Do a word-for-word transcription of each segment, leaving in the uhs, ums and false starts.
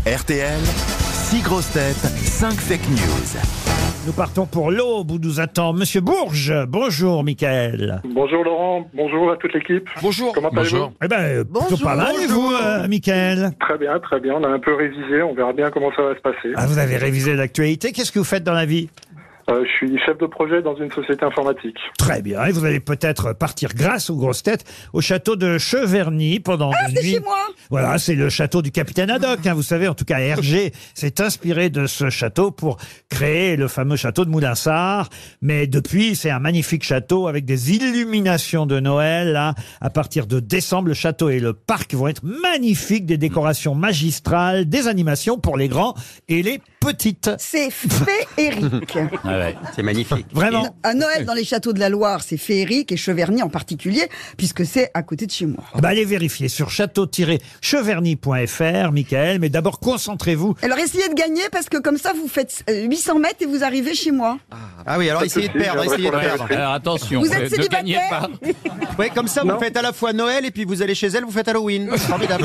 R T L, six grosses têtes, cinq fake news. Nous partons pour l'Aube où nous attend Monsieur Bourges. Bonjour, Mickaël. Bonjour Laurent, bonjour à toute l'équipe. Bonjour. Comment allez-vous? Eh ben, plutôt pas mal, et vous, euh, Mickaël? Très bien, très bien. On a un peu révisé, on verra bien comment ça va se passer. Ah, vous avez révisé l'actualité. Qu'est-ce que vous faites dans la vie? Euh, je suis chef de projet dans une société informatique. Très bien. Et vous allez peut-être partir grâce aux grosses têtes au château de Cheverny pendant Ah, une c'est nuit. chez moi. Voilà, c'est le château du capitaine Haddock. Hein, vous savez, en tout cas, Hergé s'est inspiré de ce château pour créer le fameux château de Moulinsart. Mais depuis, c'est un magnifique château avec des illuminations de Noël. Là, à partir de décembre, le château et le parc vont être magnifiques, des décorations magistrales, des animations pour les grands et les petites. C'est féerique. Ah ouais, c'est magnifique. Vraiment. À Noël, dans les châteaux de la Loire, c'est féerique, et Cheverny en particulier, puisque c'est à côté de chez moi. Bah, allez vérifier sur château tiret cheverny point f r, Mickaël, mais d'abord concentrez-vous. Alors essayez de gagner, parce que comme ça, vous faites euh, huit cents mètres et vous arrivez chez moi. Ah oui, alors essayez de perdre, essayez de perdre. Alors attention, Vous êtes euh, ne gagnez célibataire pas. Oui, comme ça, Non. vous faites à la fois Noël et puis vous allez chez elle, vous faites Halloween. Formidable.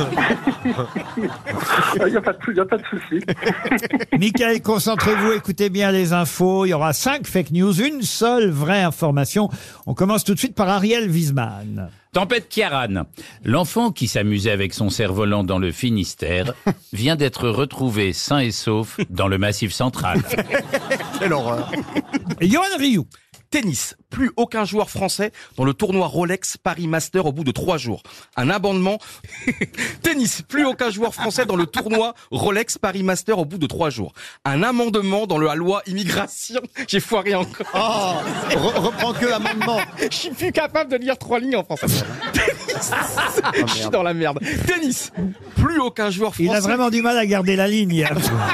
Il n'y a pas de, y a pas de souci. Mickaël, concentrez-vous, écoutez bien les infos. Il y aura cinq fake news, une seule vraie information. On commence tout de suite par Ariel Wiesman. Tempête Kiaran. L'enfant qui s'amusait avec son cerf-volant dans le Finistère vient d'être retrouvé sain et sauf dans le Massif central. Quelle horreur. Et Johan Rioux. Tennis. Plus aucun joueur français dans le tournoi Rolex Paris Master au bout de trois jours. Un abandonnement. Tennis. Plus aucun joueur français dans le tournoi Rolex Paris Master au bout de trois jours. Un amendement dans la loi immigration. J'ai foiré encore. Oh, re- reprends que amendement. Je suis plus capable de lire trois lignes en français. Tennis. Je suis dans la merde. Tennis. Plus aucun joueur français. Il a vraiment du mal à garder la ligne.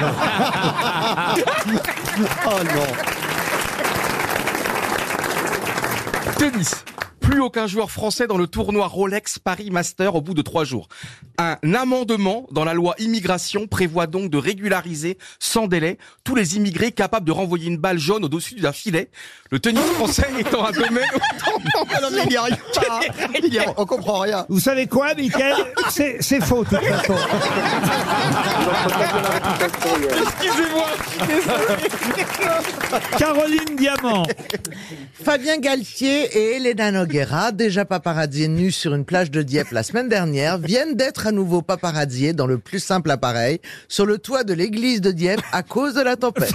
Oh non. Tennis. Plus aucun joueur français dans le tournoi Rolex Paris Master au bout de trois jours. Un amendement dans la loi immigration prévoit donc de régulariser sans délai tous les immigrés capables de renvoyer une balle jaune au-dessus d'un filet. Le tennis français étant un domaine... Alors, mais il y arrive pas. Il y a- on comprend rien. Vous savez quoi, Mickaël? C'est, c'est faux, de toute façon. Excusez-moi. Caroline Diamant. Fabien Galtier et Elena Noguera, déjà paparazziés nus sur une plage de Dieppe la semaine dernière, viennent d'être à nouveau paparazziés dans le plus simple appareil, sur le toit de l'église de Dieppe à cause de la tempête.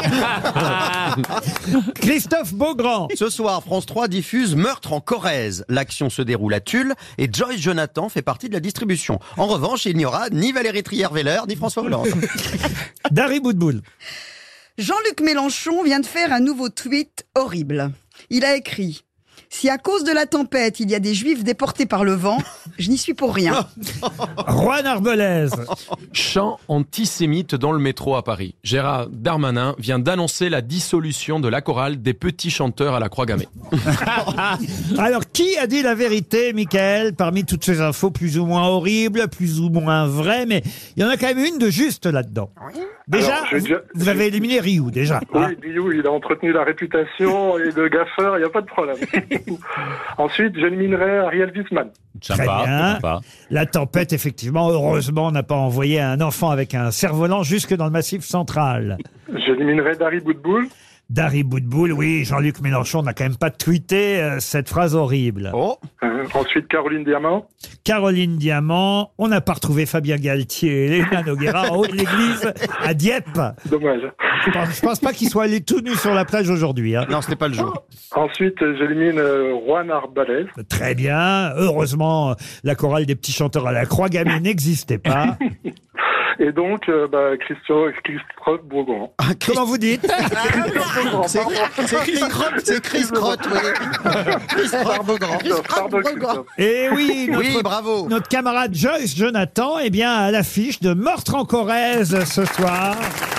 Christophe Beaugrand. Ce soir, France trois diffuse Meurtre en Corrèze. L'action se déroule à Tulle et Joyce Jonathan fait partie de la distribution. En revanche, il n'y aura ni Valérie Trierweiler ni François Hollande. Dari Boudboul. Jean-Luc Mélenchon vient de faire un nouveau tweet horrible. Il a écrit « Si à cause de la tempête, il y a des juifs déportés par le vent, je n'y suis pour rien. Juan Arbelez. Chant antisémite dans le métro à Paris. Gérard Darmanin vient d'annoncer la dissolution de la chorale des petits chanteurs à la Croix-Gammée. Alors, qui a dit la vérité, Mickaël, parmi toutes ces infos plus ou moins horribles, plus ou moins vraies, mais il y en a quand même une de juste là-dedans. Déjà, Alors, je vais vous, déjà- vous avez éliminé Rioux, déjà. Oui, hein. Rioux, il a entretenu la réputation et de gaffeur, il n'y a pas de problème. Ensuite, j'éliminerai Ariel Wiesman. Très Sympa, bien. pourquoi pas. La tempête, effectivement, heureusement, on n'a pas envoyé un enfant avec un cerf-volant jusque dans le Massif central. J'éliminerai Dari Boudboul. Dari Boudboul, oui, Jean-Luc Mélenchon n'a quand même pas tweeté euh, cette phrase horrible. Oh, Euh, ensuite, Caroline Diamant. Caroline Diamant, on n'a pas retrouvé Fabien Galtier et Elena Noguera en haut de l'église à Dieppe. Dommage. Je pense, je pense pas qu'ils soient allés tout nus sur la plage aujourd'hui. Hein. non, c'était pas le jour. Ensuite, j'élimine euh, Juan Arbelez. Très bien. Heureusement, la chorale des petits chanteurs à la Croix-Gammée n'existait pas. Et donc, euh, bah, Christophe, Christophe Beaugrand. Comment vous dites? C'est c'est Chris Crotte, c'est Chris Crotte, oui. Chris Crotte Beaugrand. Pardon, Christophe. Et oui, notre, Oui, bravo. notre camarade Joyce Jonathan est bien à l'affiche de Meurtre en Corrèze ce soir.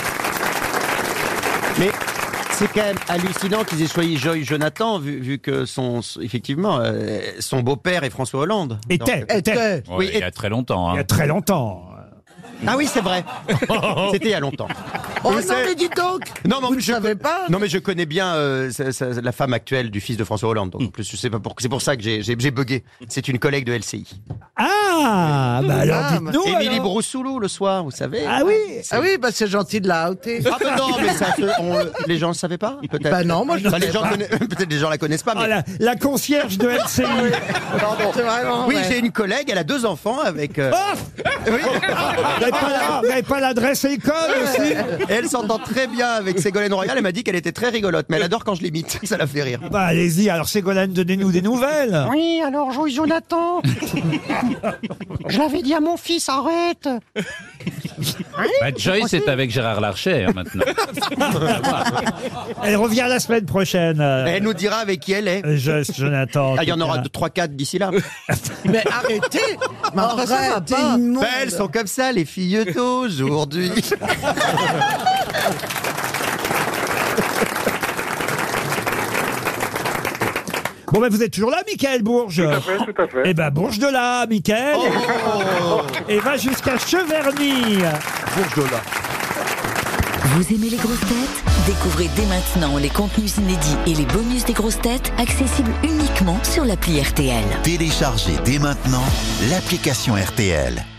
Mais c'est quand même hallucinant qu'ils aient choisi Joyce Jonathan, vu, vu que son, effectivement, euh, son beau-père est François Hollande. Était, Donc, était. Était. Ouais, Oui, il y a très longtemps. Il y Hein. a très longtemps. ah oui, c'est vrai. C'était il y a longtemps. Oh Vous non, savez- mais dites donc. Non, mais en Vous plus, ne je savez con- pas Non, mais je connais bien euh, sa- sa- la femme actuelle du fils de François Hollande. Donc, en plus, je sais pas pour... c'est pour ça que j'ai j'ai- j'ai bugué. C'est une collègue de L C I. Ah, bah alors Ah, dites-nous. Émilie alors. Broussoulou, le soir, vous savez. Ah oui. Ah oui, bah c'est gentil de la outer. Ah ben non, mais ça, se- on- les gens le savaient pas, peut-être. Bah non, moi je Bah, ne les sais gens pas. conna- peut-être les gens la connaissent pas, mais Oh, la, la concierge de L C I. pardon. C'est vraiment Oui, vrai. j'ai une collègue, elle a deux enfants avec. euh, Oh, oui. vous n'avez pas, la- vous n'avez pas l'adresse et le code aussi? Et elle s'entend très bien avec Ségolène Royal. Elle m'a dit qu'elle était très rigolote, mais elle adore quand je l'imite. Ça la fait rire. Bah allez-y, alors Ségolène, donnez-nous des nouvelles. Oui, alors Joyce Jonathan. Je l'avais dit à mon fils, arrête. Bah, Joyce est avec Gérard Larcher hein, maintenant. Elle revient la semaine prochaine. euh, Elle nous dira avec qui elle est. Joyce Jonathan. Ah, il y en aura trois quatre d'ici là. Mais arrêtez. Mais enfin, ça va Arrête, pas. immonde. Ben, elles sont comme ça, les filles d'aujourd'hui. Bon, ben vous êtes toujours là, Michael Bourges. Tout à fait, tout à fait. Eh ben, Bourges de là, Michael. Et va jusqu'à Cheverny. Bourges de là. Vous aimez les grosses têtes? Découvrez dès maintenant les contenus inédits et les bonus des grosses têtes accessibles uniquement sur l'appli R T L. Téléchargez dès maintenant l'application R T L.